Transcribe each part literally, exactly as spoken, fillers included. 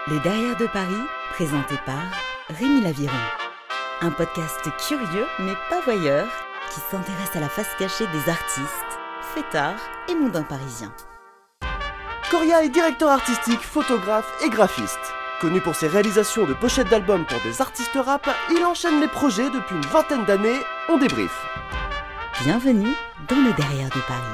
Les Derrière de Paris, présenté par Rémi Laviron. Un podcast curieux mais pas voyeur qui s'intéresse à la face cachée des artistes, fêtards et mondains parisiens. Coria est directeur artistique, photographe et graphiste. Connu pour ses réalisations de pochettes d'albums pour des artistes rap, il enchaîne les projets depuis une vingtaine d'années. On débrief. Bienvenue dans le Derrière de Paris.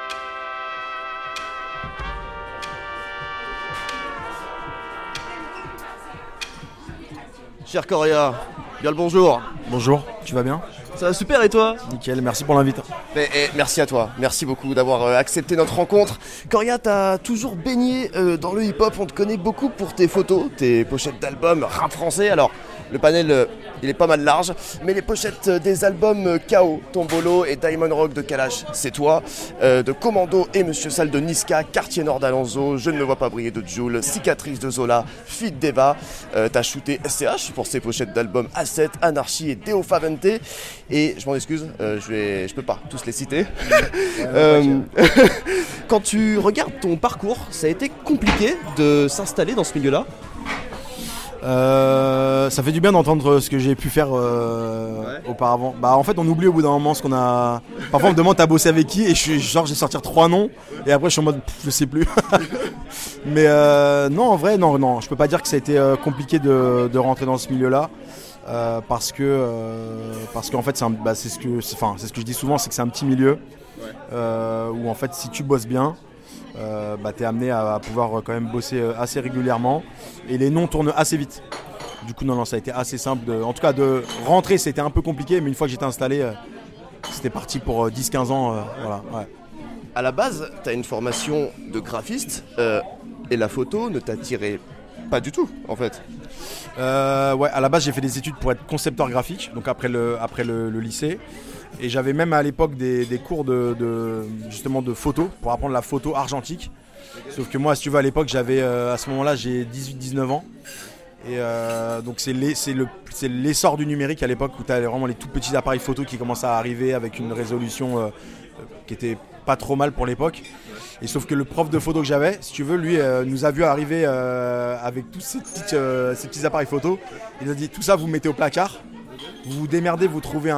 Cher Coria, bien le bonjour. Bonjour, tu vas bien ? Ça va super et toi ? Nickel, merci pour l'invite. Mais, eh, merci à toi, merci beaucoup d'avoir euh, accepté notre rencontre. Coria, t'as toujours baigné euh, dans le hip-hop, on te connaît beaucoup pour tes photos, tes pochettes d'albums rap français. Alors, le panel, euh, il est pas mal large, mais les pochettes euh, des albums euh, K O, Tombolo et Diamond Rock de Kalash, c'est toi. Euh, de Commando et Monsieur Sale de Niska, Quartier Nord d'Alonso, Je ne me vois pas briller de Jul, Cicatrice de Zola, Feat d'Eva. Euh, t'as shooté S C H pour ses pochettes d'albums A sept, Anarchy et Deo Favente. Et je m'en excuse, euh, je vais, je peux pas tous les citer. euh, quand tu regardes ton parcours, ça a été compliqué de s'installer dans ce milieu-là ? euh, Ça fait du bien d'entendre ce que j'ai pu faire euh, ouais. auparavant. Bah en fait on oublie au bout d'un moment ce qu'on a. Parfois on me demande t'as bossé avec qui et je suis genre j'ai sortir trois noms et après je suis en mode pff, je sais plus. Mais euh, non en vrai non non je peux pas dire que ça a été euh, compliqué de, de rentrer dans ce milieu-là. Euh, parce que euh, parce qu'en fait c'est, un, bah, c'est ce que c'est, enfin c'est ce que je dis souvent, c'est que c'est un petit milieu ouais. euh, où en fait si tu bosses bien euh, bah, t'es amené à, à pouvoir quand même bosser assez régulièrement et les noms tournent assez vite. Du coup non non ça a été assez simple de, en tout cas de rentrer c'était un peu compliqué mais une fois que j'étais installé euh, c'était parti pour dix quinze ans euh, voilà ouais. À la base t'as une formation de graphiste euh, et la photo ne t'attirait pas du tout en fait. Euh, ouais, à la base j'ai fait des études pour être concepteur graphique, donc après le, après le, le lycée. Et j'avais même à l'époque des, des cours de, de, justement de photo, pour apprendre la photo argentique. Sauf que moi, si tu veux, à l'époque, j'avais, euh, à ce moment-là, j'ai dix-huit dix-neuf ans. Et euh, donc c'est, les, c'est, le, c'est l'essor du numérique à l'époque où tu as vraiment les tout petits appareils photo qui commençaient à arriver avec une résolution euh, qui était pas trop mal pour l'époque. Et sauf que le prof de photo que j'avais, si tu veux, lui euh, nous a vu arriver euh, avec tous ces, petites, euh, ces petits appareils photo. Il nous a dit tout ça vous mettez au placard, vous vous démerdez, vous trouvez un,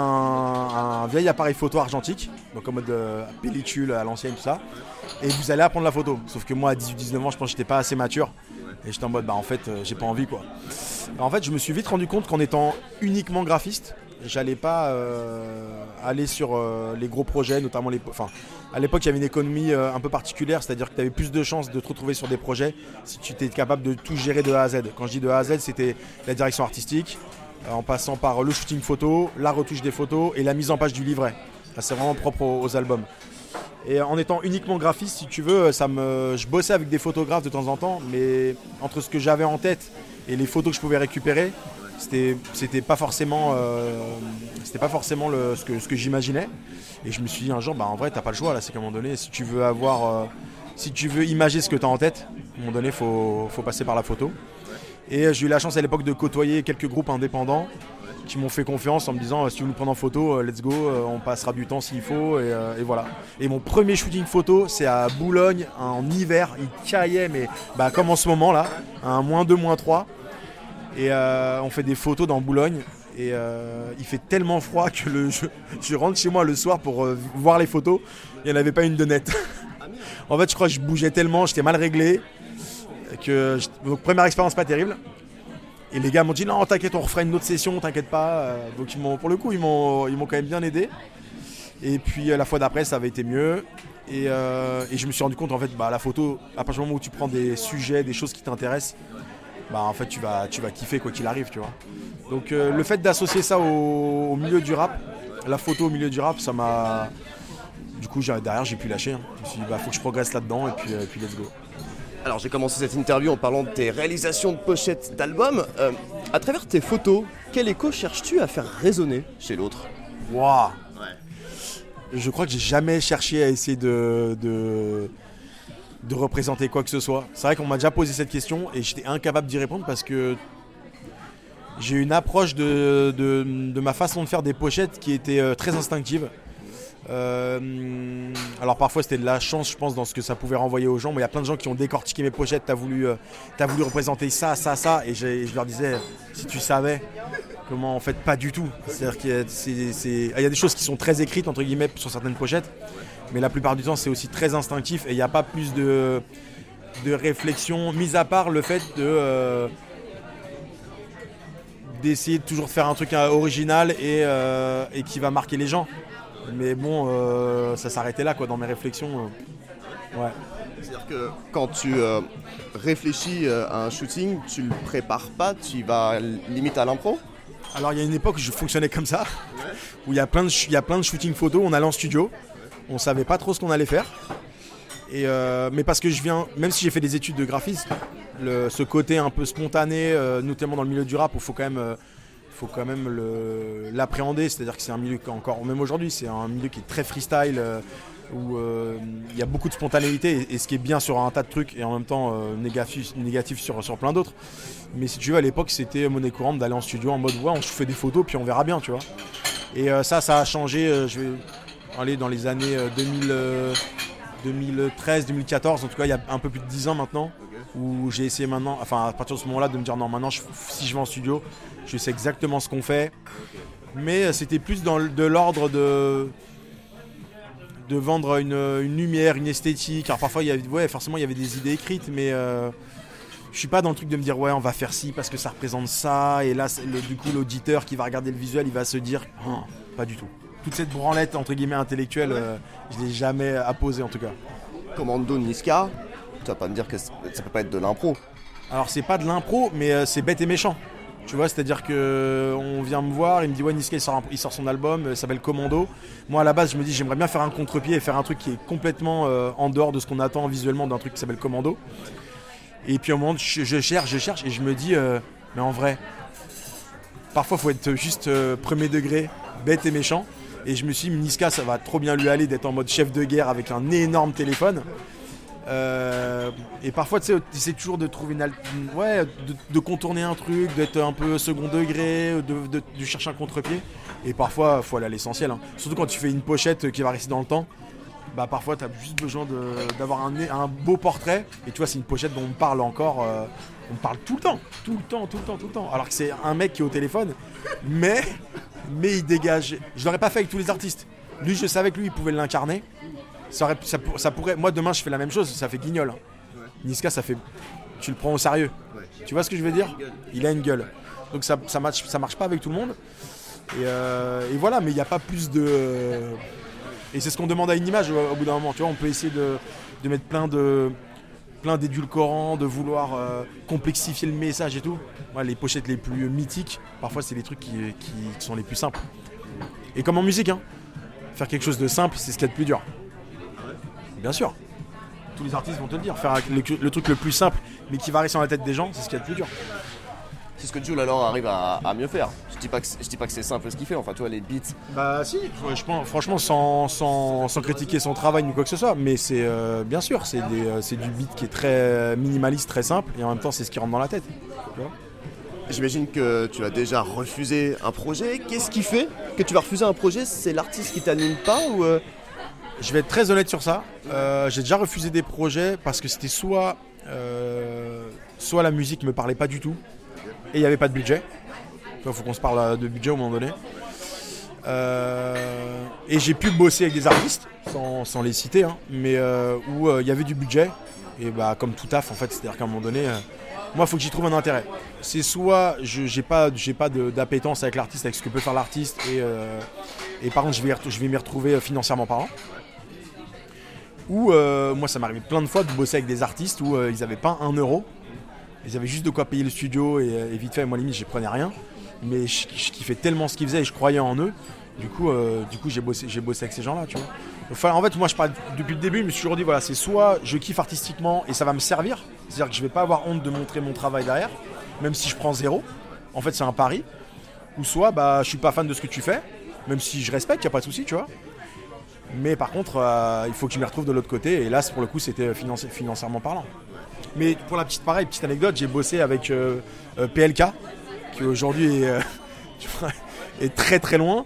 un vieil appareil photo argentique, donc en mode euh, pellicule à l'ancienne tout ça, et vous allez apprendre la photo. Sauf que moi à dix-huit dix-neuf ans je pense que j'étais pas assez mature. Et j'étais en mode bah en fait euh, j'ai pas envie quoi. En fait je me suis vite rendu compte qu'en étant uniquement graphiste, j'allais pas euh, aller sur euh, les gros projets, notamment les. Enfin, à l'époque, il y avait une économie euh, un peu particulière, c'est-à-dire que tu avais plus de chances de te retrouver sur des projets si tu étais capable de tout gérer de A à Z. Quand je dis de A à Z, c'était la direction artistique, euh, en passant par le shooting photo, la retouche des photos et la mise en page du livret. Ça, c'est vraiment propre aux, aux albums. Et en étant uniquement graphiste, si tu veux, ça me, je bossais avec des photographes de temps en temps, mais entre ce que j'avais en tête et les photos que je pouvais récupérer, C'était, c'était pas forcément, euh, c'était pas forcément le, ce, que, ce que j'imaginais. Et je me suis dit un jour, bah en vrai, t'as pas le choix là, c'est qu'à un moment donné, si tu veux avoir, euh, si tu veux imager ce que t'as en tête, à un moment donné, faut, faut passer par la photo. Et j'ai eu la chance à l'époque de côtoyer quelques groupes indépendants qui m'ont fait confiance en me disant, si tu veux nous prendre en photo, let's go, on passera du temps s'il faut, et, euh, et voilà. Et mon premier shooting photo, c'est à Boulogne, en hiver, il caillait, mais bah, comme en ce moment là, un moins deux, moins trois. Et euh, on fait des photos dans Boulogne et euh, il fait tellement froid que le, je, je rentre chez moi le soir pour euh, voir les photos, il n'y en avait pas une de nette. En fait je crois que je bougeais tellement, j'étais mal réglé, que je, donc première expérience pas terrible. Et les gars m'ont dit non t'inquiète on refera une autre session, t'inquiète pas. Donc ils m'ont, pour le coup ils m'ont, ils m'ont quand même bien aidé. Et puis la fois d'après ça avait été mieux. Et, euh, et je me suis rendu compte en fait bah, la photo, à partir du moment où tu prends des sujets, des choses qui t'intéressent, bah en fait tu vas, tu vas kiffer quoi qu'il arrive tu vois. Donc euh, le fait d'associer ça au, au milieu du rap, la photo au milieu du rap, ça m'a... Du coup j'ai, derrière j'ai pu lâcher, hein. Je me suis dit bah faut que je progresse là-dedans et puis, euh, puis let's go. Alors j'ai commencé cette interview en parlant de tes réalisations de pochettes d'albums. Euh, à travers tes photos, quel écho cherches-tu à faire résonner chez l'autre ? Waouh. Ouais. Je crois que j'ai jamais cherché à essayer de... de... de représenter quoi que ce soit. C'est vrai qu'on m'a déjà posé cette question et j'étais incapable d'y répondre parce que j'ai une approche de, de, de ma façon de faire des pochettes qui était euh, très instinctive. Euh, alors parfois c'était de la chance, je pense, dans ce que ça pouvait renvoyer aux gens. Moi, il y a plein de gens qui ont décortiqué mes pochettes. T'as voulu, euh, t'as voulu représenter ça, ça, ça, et j'ai, je leur disais, si tu savais, comment en fait pas du tout. C'est-à-dire qu'il y a, c'est, c'est, il y a des choses qui sont très écrites entre guillemets sur certaines pochettes, mais la plupart du temps c'est aussi très instinctif et il n'y a pas plus de, de réflexion, mis à part le fait de euh, d'essayer de toujours faire un truc original et, euh, et qui va marquer les gens. Mais bon, euh, ça s'arrêtait là quoi, dans mes réflexions. Euh, ouais. C'est-à-dire que quand tu euh, réfléchis euh, à un shooting, tu le prépares pas, tu y vas limite à l'impro ? Alors il y a une époque où je fonctionnais comme ça, ouais. Où il y a plein de, il y a plein de shooting photos, on allait en studio, on savait pas trop ce qu'on allait faire. Et euh, mais parce que je viens, même si j'ai fait des études de graphisme, le, ce côté un peu spontané, euh, notamment dans le milieu du rap, où il faut quand même... Euh, faut quand même le, l'appréhender, c'est-à-dire que c'est un milieu qui encore, même aujourd'hui, c'est un milieu qui est très freestyle, euh, où il euh, y a beaucoup de spontanéité, et, et ce qui est bien sur un tas de trucs, et en même temps euh, négatif, négatif sur, sur plein d'autres. Mais si tu veux, à l'époque, c'était monnaie courante d'aller en studio en mode, ouais, on se fait des photos, puis on verra bien, tu vois. Et euh, ça, ça a changé, euh, je vais aller dans les années euh, deux mille, euh, deux mille treize deux mille quatorze, en tout cas, il y a un peu plus de dix ans maintenant, où j'ai essayé maintenant, enfin à partir de ce moment-là, de me dire non, maintenant, je, si je vais en studio, je sais exactement ce qu'on fait, mais c'était plus dans de l'ordre de, de vendre une, une lumière, une esthétique. Alors parfois, il y avait, ouais, forcément, il y avait des idées écrites, mais euh, je suis pas dans le truc de me dire ouais, on va faire ci parce que ça représente ça, et là, le, du coup, l'auditeur qui va regarder le visuel, il va se dire oh, pas du tout. Toute cette branlette entre guillemets intellectuelle, euh, je l'ai jamais apposée en tout cas. Commando Niska, tu vas pas me dire que ça peut pas être de l'impro. Alors c'est pas de l'impro, mais euh, c'est bête et méchant. Tu vois, c'est-à-dire que on vient me voir, il me dit ouais, Niska il sort, un, il sort son album, il s'appelle Commando. Moi à la base je me dis j'aimerais bien faire un contre-pied et faire un truc qui est complètement euh, en dehors de ce qu'on attend visuellement d'un truc qui s'appelle Commando. Et puis au moment je, je cherche, je cherche et je me dis euh, mais en vrai, parfois faut être juste euh, premier degré, bête et méchant. Et je me suis dit Niska ça va trop bien lui aller d'être en mode chef de guerre avec un énorme téléphone. Euh, et parfois tu sais, tu essaies toujours de trouver une, al- ouais, de, de contourner un truc, d'être un peu second degré, de, de, de chercher un contre-pied. Et parfois il faut aller à l'essentiel, hein. Surtout quand tu fais une pochette qui va rester dans le temps. Bah parfois tu as juste besoin de, d'avoir un, un beau portrait. Et tu vois, c'est une pochette dont on parle encore, euh, on parle tout le temps, tout le temps, tout le temps, tout le temps. Alors que c'est un mec qui est au téléphone, mais, mais il dégage. Je l'aurais pas fait avec tous les artistes. Lui, je savais que lui il pouvait l'incarner. Ça, aurait, ça, ça pourrait. Moi demain je fais la même chose, ça fait guignol. Hein. Ouais. Niska ça fait. Tu le prends au sérieux. Ouais. Tu vois ce que je veux dire ? Il a une gueule. Donc ça, ça, marche, ça marche pas avec tout le monde. Et, euh, et voilà, mais il n'y a pas plus de. Euh, et c'est ce qu'on demande à une image au, au bout d'un moment. Tu vois, on peut essayer de, de mettre plein de. plein d'édulcorants, de vouloir euh, complexifier le message et tout. Ouais, les pochettes les plus mythiques, parfois c'est les trucs qui, qui sont les plus simples. Et comme en musique, hein, faire quelque chose de simple, c'est ce qu'il y a de plus dur. Bien sûr, tous les artistes vont te le dire, faire le, le truc le plus simple mais qui va rester dans la tête des gens, c'est ce qu'il y a de plus dur. C'est ce que Jul alors arrive à, à mieux faire. Je dis pas que je dis pas que c'est simple ce qu'il fait, enfin tu vois les beats. Bah si, je pense, franchement sans, sans, sans critiquer son travail ni quoi que ce soit, mais c'est euh, bien sûr, c'est, des, euh, c'est du beat qui est très minimaliste, très simple, et en même temps c'est ce qui rentre dans la tête. Tu vois ? J'imagine que tu as déjà refusé un projet. Qu'est-ce qui fait que tu vas refuser un projet ? C'est l'artiste qui t'anime pas ou euh... Je vais être très honnête sur ça. Euh, j'ai déjà refusé des projets parce que c'était soit, euh, soit la musique me parlait pas du tout et il n'y avait pas de budget. Il faut qu'on se parle de budget au moment donné. Euh, et j'ai pu bosser avec des artistes, sans, sans les citer, hein, mais euh, où il euh, y avait du budget. Et bah, comme tout taf, en fait, c'est-à-dire qu'à un moment donné, euh, moi, il faut que j'y trouve un intérêt. C'est soit je j'ai pas, j'ai pas de, d'appétence avec l'artiste, avec ce que peut faire l'artiste, et, euh, et par contre, je vais, je vais m'y retrouver financièrement parlant. Ou euh, moi ça m'arrivait plein de fois de bosser avec des artistes où euh, ils n'avaient pas un euro, ils avaient juste de quoi payer le studio et, et vite fait, moi limite je prenais rien, mais je, je kiffais tellement ce qu'ils faisaient et je croyais en eux, du coup, euh, du coup j'ai, bossé, j'ai bossé avec ces gens là, tu vois. Enfin, en fait moi je parle depuis le début, je me suis toujours dit voilà, c'est soit je kiffe artistiquement et ça va me servir, c'est-à-dire que je vais pas avoir honte de montrer mon travail derrière, même si je prends zéro, en fait c'est un pari, ou soit bah je suis pas fan de ce que tu fais, même si je respecte, y a pas de souci, tu vois. Mais par contre, euh, il faut que je m'y retrouve de l'autre côté. Et là, pour le coup, c'était financi- financièrement parlant. Mais pour la petite pareille, petite anecdote, j'ai bossé avec euh, euh, P L K, qui aujourd'hui est, euh, est très très loin.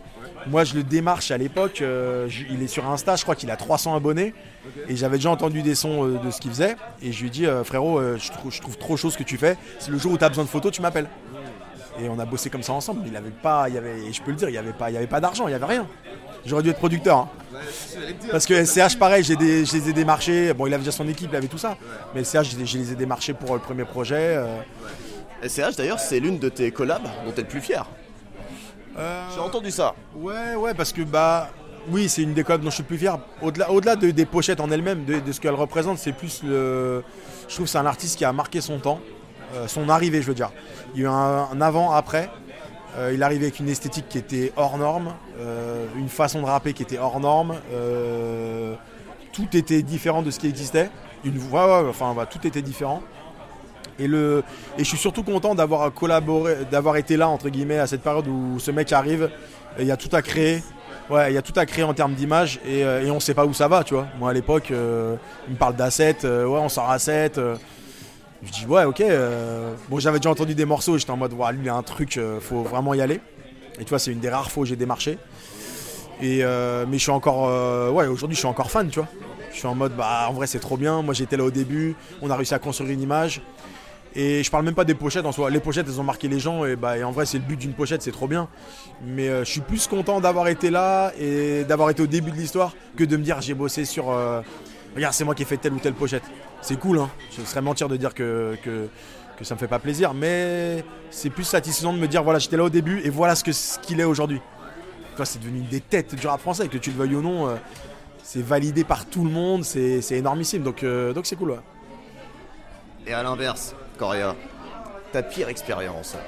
Moi, je le démarche à l'époque. Euh, je, il est sur Insta, je crois qu'il a trois cents abonnés. Okay. Et j'avais déjà entendu des sons euh, de ce qu'il faisait. Et je lui ai dit, euh, frérot, euh, je, trou- je trouve trop chaud ce que tu fais. C'est le jour où tu as besoin de photos, tu m'appelles. Et on a bossé comme ça ensemble. Il avait pas, il y avait, et je peux le dire, il n'y avait pas, il y avait pas d'argent, il n'y avait rien. J'aurais dû être producteur. Hein. Parce que S C H, pareil, j'ai des, je les ai démarchés. Bon, il avait déjà son équipe, il avait tout ça. Mais S C H, je, je les ai démarchés pour le premier projet. Euh... S C H, d'ailleurs, c'est l'une de tes collabs dont tu es le plus fier. Euh... J'ai entendu ça. Ouais, ouais, parce que bah, oui, c'est une des collabs dont je suis le plus fier. Au-delà, au-delà de, des pochettes en elles-mêmes, de, de ce qu'elles représentent, c'est plus le. Je trouve que c'est un artiste qui a marqué son temps, euh, son arrivée, je veux dire. Il y a eu un, un avant-après. Euh, il arrivait avec une esthétique qui était hors norme, euh, une façon de rapper qui était hors norme. Euh, tout était différent de ce qui existait. Une voix, ouais, enfin, bah, tout était différent. Et, le, et je suis surtout content d'avoir collaboré, d'avoir été là entre guillemets à cette période où ce mec arrive. Il y a tout à créer. Ouais, il y a tout à créer en termes d'image et, et on sait pas où ça va, tu vois. Moi à l'époque, euh, il me parle d'assets, euh, ouais, on sort assets. Euh, je dis ouais, ok. Euh, bon, j'avais déjà entendu des morceaux, j'étais en mode, ouais, lui il a un truc, euh, faut vraiment y aller. Et tu vois, c'est une des rares fois où j'ai démarché. Et euh, mais je suis encore, euh, ouais, aujourd'hui je suis encore fan, tu vois. Je suis en mode, bah en vrai c'est trop bien. Moi j'étais là au début, on a réussi à construire une image. Et je parle même pas des pochettes en soi. Les pochettes, elles ont marqué les gens. Et, bah, et en vrai, c'est le but d'une pochette, c'est trop bien. Mais euh, je suis plus content d'avoir été là et d'avoir été au début de l'histoire que de me dire j'ai bossé sur. Euh, regarde, c'est moi qui ai fait telle ou telle pochette. C'est cool, hein. Je serais mentir de dire que, que, que ça me fait pas plaisir. Mais c'est plus satisfaisant de me dire voilà, j'étais là au début et voilà ce, que, ce qu'il est aujourd'hui. Tu vois, c'est devenu une des têtes du rap français, que tu le veuilles ou non. Euh, c'est validé par tout le monde. C'est, c'est énormissime. Donc, euh, donc c'est cool, ouais. Et à l'inverse, Coria, ta pire expérience?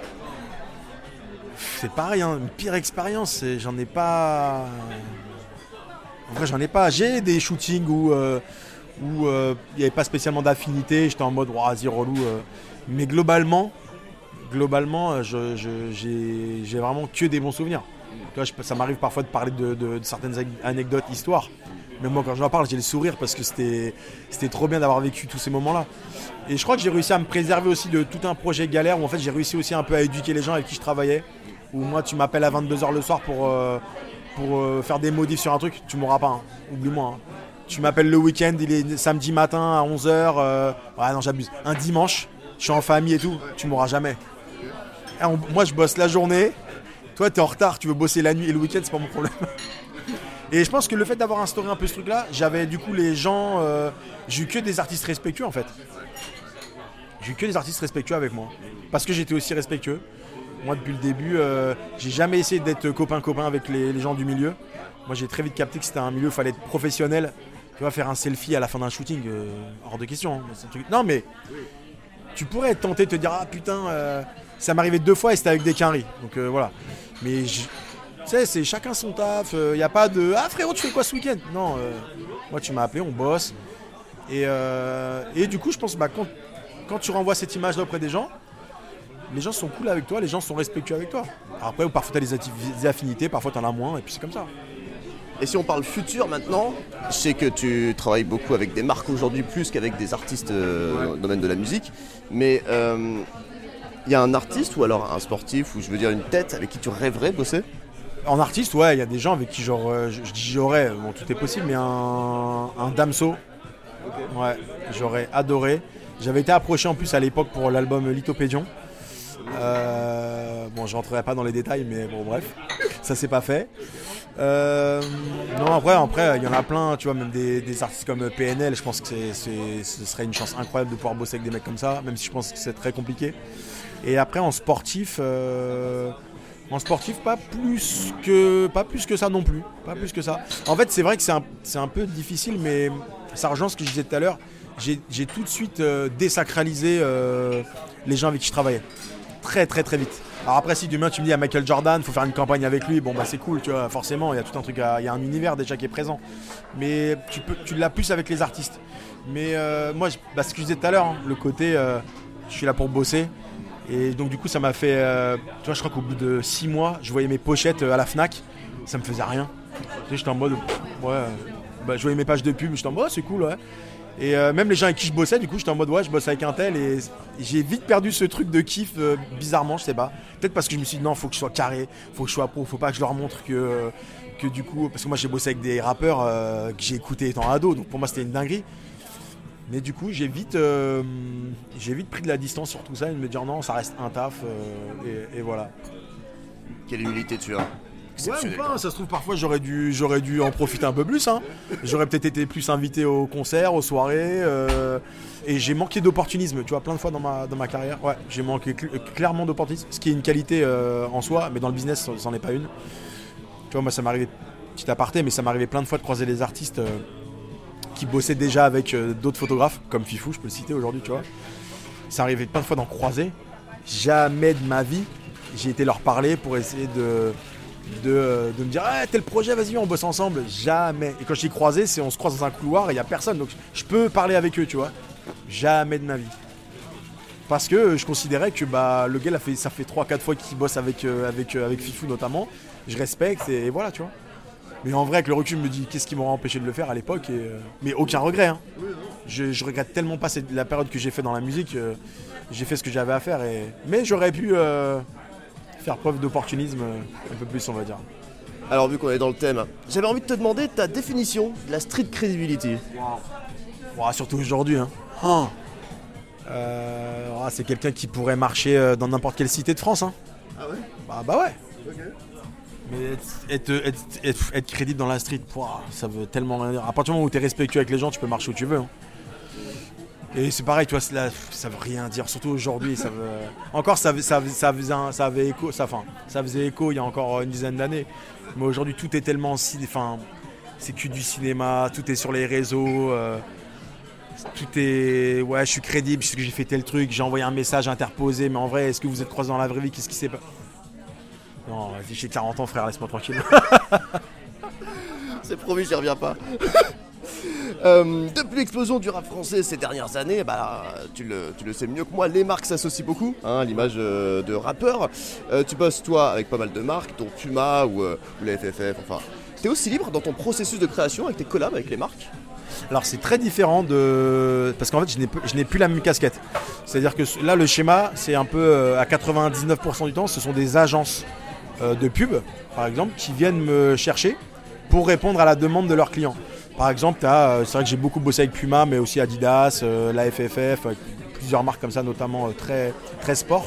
C'est pareil, hein, une pire expérience, c'est, j'en ai pas. En vrai, j'en ai pas. J'ai des shootings où euh, où il euh, n'y avait pas spécialement d'affinité. J'étais en mode, oh, vas-y, relou. Euh. Mais globalement, globalement, je, je, j'ai, j'ai vraiment que des bons souvenirs. Tu vois, je, ça m'arrive parfois de parler de, de, de certaines anecdotes, histoires. Mais moi, quand j'en parle, j'ai le sourire parce que c'était, c'était trop bien d'avoir vécu tous ces moments-là. Et je crois que j'ai réussi à me préserver aussi de tout un projet galère où en fait j'ai réussi aussi un peu à éduquer les gens avec qui je travaillais. Où moi, tu m'appelles à vingt-deux heures le soir pour, euh, pour euh, faire des modifs sur un truc, tu m'auras pas, hein. Oublie-moi. Hein. Tu m'appelles le week-end, il est samedi matin à onze heures. Euh... Ouais, non, j'abuse. Un dimanche, je suis en famille et tout, tu m'auras jamais. Et on, moi, je bosse la journée. Toi, t'es en retard, tu veux bosser la nuit et le week-end, c'est pas mon problème. Et je pense que le fait d'avoir instauré un peu ce truc-là, j'avais du coup les gens. Euh, j'ai eu que des artistes respectueux en fait. J'ai eu que des artistes respectueux avec moi. Parce que j'étais aussi respectueux. Moi, depuis le début, euh, j'ai jamais essayé d'être copain-copain avec les, les gens du milieu. Moi, j'ai très vite capté que c'était un milieu, il fallait être professionnel. Tu vois, faire un selfie à la fin d'un shooting, euh, hors de question. Hein. C'est un truc... Non, mais tu pourrais être tenté de te dire, ah putain, euh, ça m'arrivait deux fois et c'était avec des quinries. Donc euh, voilà. Mais je... Tu sais, c'est chacun son taf, il euh, n'y a pas de « Ah frérot, tu fais quoi ce week-end ?» Non, euh, moi tu m'as appelé, on bosse. Et, euh, et du coup, je pense que bah, quand, quand tu renvoies cette image-là auprès des gens, les gens sont cool avec toi, les gens sont respectueux avec toi. Après, parfois tu as des, des affinités, parfois tu en as moins, et puis c'est comme ça. Et si on parle futur maintenant, je sais que tu travailles beaucoup avec des marques aujourd'hui plus qu'avec des artistes euh, ouais. dans le domaine de la musique, mais il euh, y a un artiste ou alors un sportif, ou je veux dire une tête avec qui tu rêverais bosser? En artiste, ouais, il y a des gens avec qui genre, euh, je, je dis j'aurais, bon tout est possible, mais un, un Damso, okay. Ouais, j'aurais adoré. J'avais été approché en plus à l'époque pour l'album Lithopédion. Euh, bon, je rentrerai pas dans les détails, mais bon bref, ça s'est pas fait. Euh, non, après, après, il y en a plein, tu vois, même des, des artistes comme P N L. Je pense que c'est, c'est, ce serait une chance incroyable de pouvoir bosser avec des mecs comme ça, même si je pense que c'est très compliqué. Et après, en sportif. Euh, En sportif, pas plus que pas plus que ça non plus, pas plus que ça. En fait, c'est vrai que c'est un, c'est un peu difficile, mais ça rejoint ce que je disais tout à l'heure. J'ai, j'ai tout de suite euh, désacralisé euh, les gens avec qui je travaillais, très très très vite. Alors après, si demain tu me dis à Michael Jordan, faut faire une campagne avec lui, bon bah c'est cool, tu vois. Forcément, il y a tout un truc, il y a un univers déjà qui est présent. Mais tu peux, tu l'as plus avec les artistes. Mais euh, moi, bah, ce que je disais tout à l'heure, hein, le côté, euh, je suis là pour bosser. Et donc du coup ça m'a fait, euh, tu vois, je crois qu'au bout de six mois, je voyais mes pochettes à la Fnac, ça me faisait rien. Tu sais, j'étais en mode, ouais, bah, je voyais mes pages de pub, j'étais en mode, oh, c'est cool, ouais. Et euh, même les gens avec qui je bossais, du coup, j'étais en mode ouais, je bosse avec un tel et j'ai vite perdu ce truc de kiff, euh, bizarrement, je sais pas. Peut-être parce que je me suis dit non, faut que je sois carré, faut que je sois pro, faut pas que je leur montre que, euh, que du coup, parce que moi j'ai bossé avec des rappeurs euh, que j'ai écouté étant ado, donc pour moi c'était une dinguerie. Mais du coup, j'ai vite, euh, j'ai vite pris de la distance sur tout ça et de me dire non, ça reste un taf euh, et, et voilà. Quelle humilité tu as. Ouais, ou pas, ça se trouve parfois j'aurais dû, j'aurais dû en profiter un peu plus. Hein. J'aurais peut-être été plus invité aux concerts, aux soirées. Euh, et j'ai manqué d'opportunisme, tu vois, plein de fois dans ma, dans ma carrière. Ouais, j'ai manqué cl- clairement d'opportunisme, ce qui est une qualité euh, en soi, mais dans le business, c'en est pas une. Tu vois, moi ça m'arrivait, petit aparté, mais ça m'arrivait plein de fois de croiser des artistes euh, qui bossaient déjà avec euh, d'autres photographes, comme Fifou, je peux le citer aujourd'hui, tu vois. Ça arrivait plein de fois d'en croiser. Jamais de ma vie, j'ai été leur parler pour essayer de... De, de me dire ah, tel projet, vas-y on bosse ensemble. Jamais. Et quand je t'ai croisé, c'est on se croise dans un couloir et il n'y a personne, donc je peux parler avec eux, tu vois. Jamais de ma vie. Parce que je considérais que bah, le gars a fait, ça fait trois quatre fois qu'il bosse avec, euh, avec, euh, avec Fifou notamment. Je respecte et, et voilà, tu vois. Mais en vrai, avec le recul, je me dis qu'est-ce qui m'aurait empêché de le faire à l'époque et, euh, mais aucun regret, hein. je, je regrette tellement pas cette, la période que j'ai fait dans la musique. euh, J'ai fait ce que j'avais à faire et... Mais j'aurais pu euh, faire preuve d'opportunisme un peu plus, on va dire. Alors vu qu'on est dans le thème, j'avais envie de te demander ta définition de la street credibility. Wow. Wow, surtout aujourd'hui. Hein. Oh. Euh, oh, c'est quelqu'un qui pourrait marcher dans n'importe quelle cité de France. Hein. Ah ouais Bah, bah ouais. Okay. Mais être, être, être, être, être crédible dans la street, wow, ça veut tellement rien dire. À partir du moment où tu es respectueux avec les gens, tu peux marcher où tu veux. Hein. Et c'est pareil, tu vois, là, ça veut rien dire, surtout aujourd'hui. Ça veut... Encore, ça, ça, ça, faisait un, ça avait écho, ça, enfin, ça faisait écho il y a encore une dizaine d'années. Mais aujourd'hui, tout est tellement, enfin, c'est que du cinéma, tout est sur les réseaux, euh, tout est, ouais, je suis crédible, parce que j'ai fait tel truc, j'ai envoyé un message interposé, mais en vrai, est-ce que vous êtes croisés dans la vraie vie, qu'est-ce qui s'est passé? Non, vas-y, j'ai quarante ans, frère, laisse-moi tranquille. C'est promis, j'y reviens pas. Euh, depuis l'explosion du rap français ces dernières années, bah, tu, le, tu le sais mieux que moi, les marques s'associent beaucoup hein, à l'image euh, de rappeurs. Euh, tu bosses toi avec pas mal de marques, dont Puma ou, euh, ou la F F F, enfin. T'es aussi libre dans ton processus de création avec tes collabs avec les marques? Alors c'est très différent de... Parce qu'en fait je n'ai, je n'ai plus la même casquette. C'est-à-dire que là le schéma c'est un peu euh, à quatre-vingt-dix-neuf pour cent du temps ce sont des agences euh, de pub par exemple qui viennent me chercher pour répondre à la demande de leurs clients. Par exemple, t'as, c'est vrai que j'ai beaucoup bossé avec Puma, mais aussi Adidas, euh, la F F F, euh, plusieurs marques comme ça, notamment euh, très, très sport.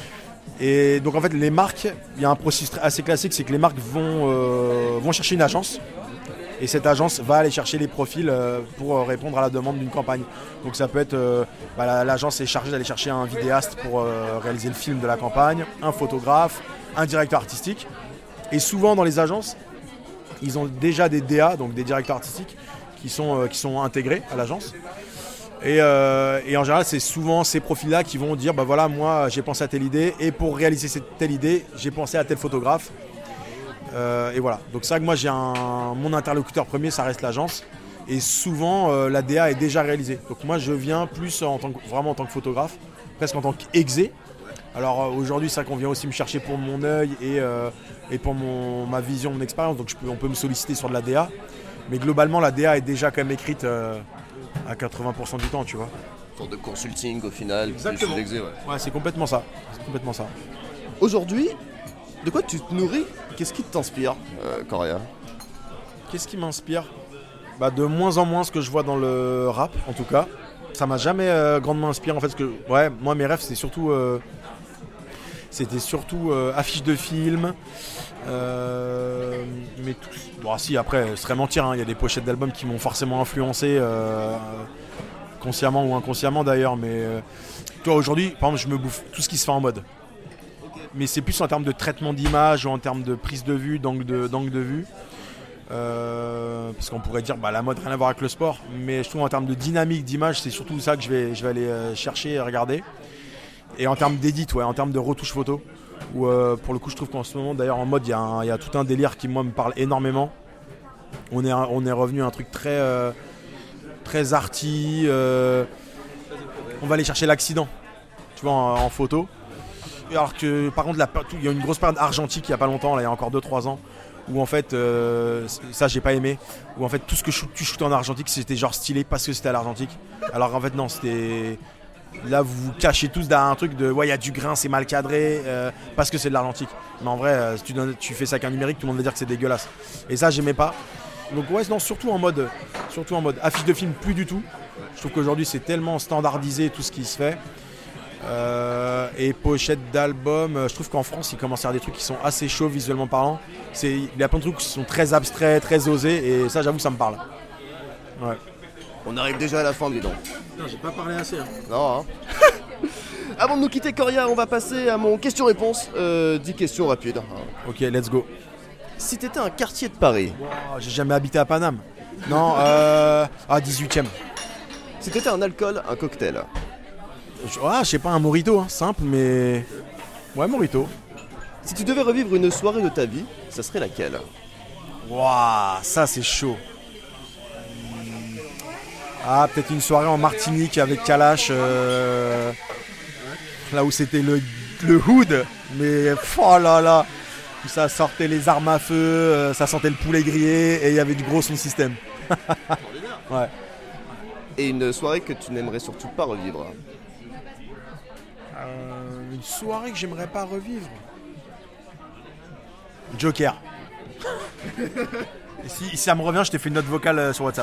Et donc en fait, les marques, il y a un processus assez classique, c'est que les marques vont, euh, vont chercher une agence. Et cette agence va aller chercher les profils euh, pour répondre à la demande d'une campagne. Donc ça peut être, euh, bah, l'agence est chargée d'aller chercher un vidéaste pour euh, réaliser le film de la campagne, un photographe, un directeur artistique. Et souvent dans les agences, ils ont déjà des D A, donc des directeurs artistiques, qui sont, euh, qui sont intégrés à l'agence. Et, euh, et en général, c'est souvent ces profils-là qui vont dire bah voilà, moi j'ai pensé à telle idée, et pour réaliser cette telle idée, j'ai pensé à tel photographe. Euh, et voilà. Donc c'est vrai que moi j'ai un, mon interlocuteur premier, ça reste l'agence. Et souvent euh, la D A est déjà réalisée. Donc moi je viens plus en tant que, vraiment en tant que photographe, presque en tant qu'exé. Alors euh, aujourd'hui c'est vrai qu'on vient aussi me chercher pour mon œil et, euh, et pour mon, ma vision, mon expérience. Donc je peux, on peut me solliciter sur de la D A. Mais globalement la D A est déjà quand même écrite euh, à quatre-vingts pour cent du temps, tu vois. Une sorte de consulting au final. Exactement. Plus l'exé, ouais. Ouais, c'est complètement ça. C'est complètement ça. Aujourd'hui, de quoi tu te nourris? Qu'est-ce qui t'inspire, euh, Coria? Qu'est-ce qui m'inspire? Bah, de moins en moins ce que je vois dans le rap, en tout cas. Ça m'a jamais euh, grandement inspiré, en fait. Parce que, ouais, moi, mes rêves, c'était surtout, euh, c'était surtout euh, affiches de films. Euh, mais tout... Bon, si, après, ce serait mentir. Il hein, y a des pochettes d'albums qui m'ont forcément influencé, euh, consciemment ou inconsciemment d'ailleurs. Mais euh, toi, aujourd'hui, par exemple, je me bouffe tout ce qui se fait en mode. Mais c'est plus en termes de traitement d'image ou en termes de prise de vue, d'angle de, d'angle de vue. Euh, parce qu'on pourrait dire bah, la mode rien à voir avec le sport, mais je trouve en termes de dynamique d'image, c'est surtout ça que je vais, je vais aller euh, chercher et regarder. Et en termes d'édit, ouais, en termes de retouche photo, où euh, pour le coup je trouve qu'en ce moment d'ailleurs en mode il y, y a tout un délire qui moi me parle énormément. On est, on est revenu à un truc très, euh, très arty. Euh, on va aller chercher l'accident, tu vois, en, en photo. Alors que par contre il y a une grosse période argentique il n'y a pas longtemps, là, il y a encore deux trois ans, où en fait, euh, ça j'ai pas aimé, où en fait tout ce que tu shootais en argentique c'était genre stylé parce que c'était à l'argentique. Alors qu'en fait non, c'était... Là vous vous cachez tous derrière un truc de ouais il y a du grain, c'est mal cadré euh, parce que c'est de l'argentique. Mais en vrai, euh, si tu, donnes, tu fais ça qu'un numérique, tout le monde va dire que c'est dégueulasse. Et ça j'aimais pas. Donc ouais non, surtout en mode, surtout en mode affiche de film, plus du tout. Je trouve qu'aujourd'hui c'est tellement standardisé tout ce qui se fait. Euh, et pochette d'album, euh, je trouve qu'en France il commence à y avoir des trucs qui sont assez chauds visuellement parlant. C'est, il y a plein de trucs qui sont très abstraits, très osés, et ça j'avoue ça me parle. Ouais. On arrive déjà à la fin, dis donc. Non, j'ai pas parlé assez. Hein. Non, hein. Avant de nous quitter, Coria, on va passer à mon question-réponse. Euh, dix questions rapides. Ok, let's go. Si t'étais un quartier de Paris. Wow, j'ai jamais habité à Paname. Non, euh. Ah, dix-huitième. Si t'étais un alcool, un cocktail. Je, ah, je sais pas, un mojito, hein, simple, mais. Ouais, mojito. Si tu devais revivre une soirée de ta vie, ça serait laquelle? Waouh, ça c'est chaud. Ah, peut-être une soirée en Martinique avec Kalash. Euh... Là où c'était le, le hood, mais oh là là, où ça sortait les armes à feu, euh, ça sentait le poulet grillé et il y avait du gros son système. Ouais. Et une soirée que tu n'aimerais surtout pas revivre? Euh, une soirée que j'aimerais pas revivre. Joker. Et si, si ça me revient, je t'ai fait une note vocale euh, sur WhatsApp.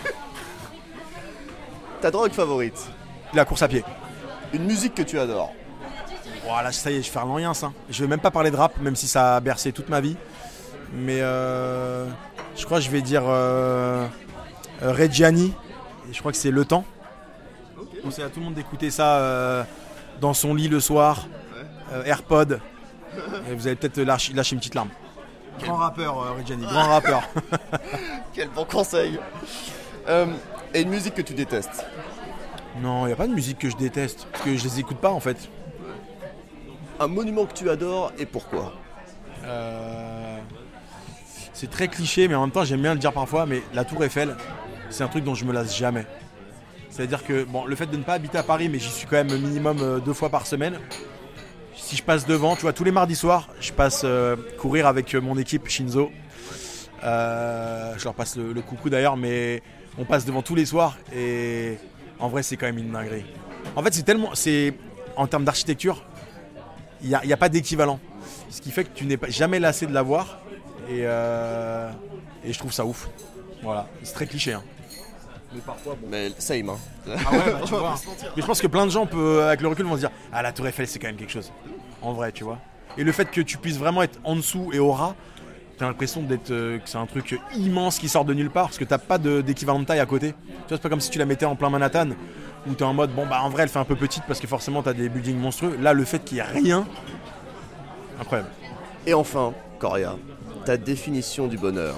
Ta drogue favorite? La course à pied. Une musique que tu adores? Voilà, ça y est, je vais faire l'en rien ça. Je vais même pas parler de rap, même si ça a bercé toute ma vie. Mais euh, je crois que je vais dire euh, euh, Reggiani. Et je crois que c'est Le Temps. Okay. Je conseille à tout le monde d'écouter ça euh, dans son lit le soir. Ouais. Euh, AirPod. Et vous allez peut-être lâcher, lâcher une petite larme. Quel... Grand rappeur, euh, Reggiani, grand rappeur. Quel bon conseil. Euh, et une musique que tu détestes? Non, il n'y a pas de musique que je déteste, parce que je les écoute pas en fait. Un monument que tu adores et pourquoi? euh... C'est très cliché, mais en même temps j'aime bien le dire parfois, mais la Tour Eiffel, c'est un truc dont je me lasse jamais. C'est-à-dire que bon, le fait de ne pas habiter à Paris, mais j'y suis quand même minimum euh, deux fois par semaine. Si je passe devant, tu vois, tous les mardis soirs, je passe euh, courir avec mon équipe Shinzo. Euh, je leur passe le, le coucou d'ailleurs, mais on passe devant tous les soirs et en vrai c'est quand même une dinguerie. En fait c'est tellement, c'est en termes d'architecture, il n'y a, a pas d'équivalent. Ce qui fait que tu n'es pas, jamais lassé de la voir et, euh, et je trouve ça ouf. Voilà, c'est très cliché. Hein. Mais parfois, bon. Mais same. Hein. Ah ouais, bah, tu vois. Mais je pense que plein de gens, peut, avec le recul, vont se dire ah la Tour Eiffel c'est quand même quelque chose. En vrai, tu vois. Et le fait que tu puisses vraiment être en dessous et au ras, t'as l'impression d'être, euh, que c'est un truc immense qui sort de nulle part parce que t'as pas de, d'équivalent de taille à côté. Tu vois, c'est pas comme si tu la mettais en plein Manhattan où t'es en mode bon bah en vrai elle fait un peu petite parce que forcément t'as des buildings monstrueux. Là, le fait qu'il y ait rien, incroyable. Et enfin, Coria, ta définition du bonheur?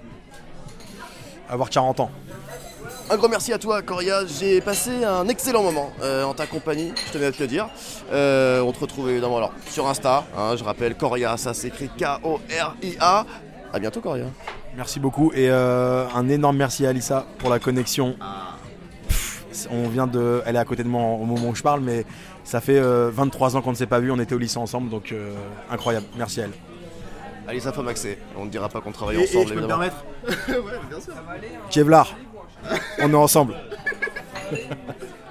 Avoir quarante ans. Un grand merci à toi, Coria. J'ai passé un excellent moment euh, en ta compagnie, je tenais à te le dire. Euh, on te retrouve évidemment alors, sur Insta. Hein, je rappelle, Coria, ça s'écrit K O R I A. À bientôt, Coria. Merci beaucoup et euh, un énorme merci à Alissa pour la connexion. Pff, on vient de, elle est à côté de moi au moment où je parle, mais ça fait euh, vingt-trois ans qu'on ne s'est pas vu. On était au lycée ensemble, donc euh, incroyable. Merci à elle. Alissa Fomaxé, on ne dira pas qu'on travaille et, ensemble. Et je peux me permettre? Ouais, bien sûr. Kevlar, on est ensemble.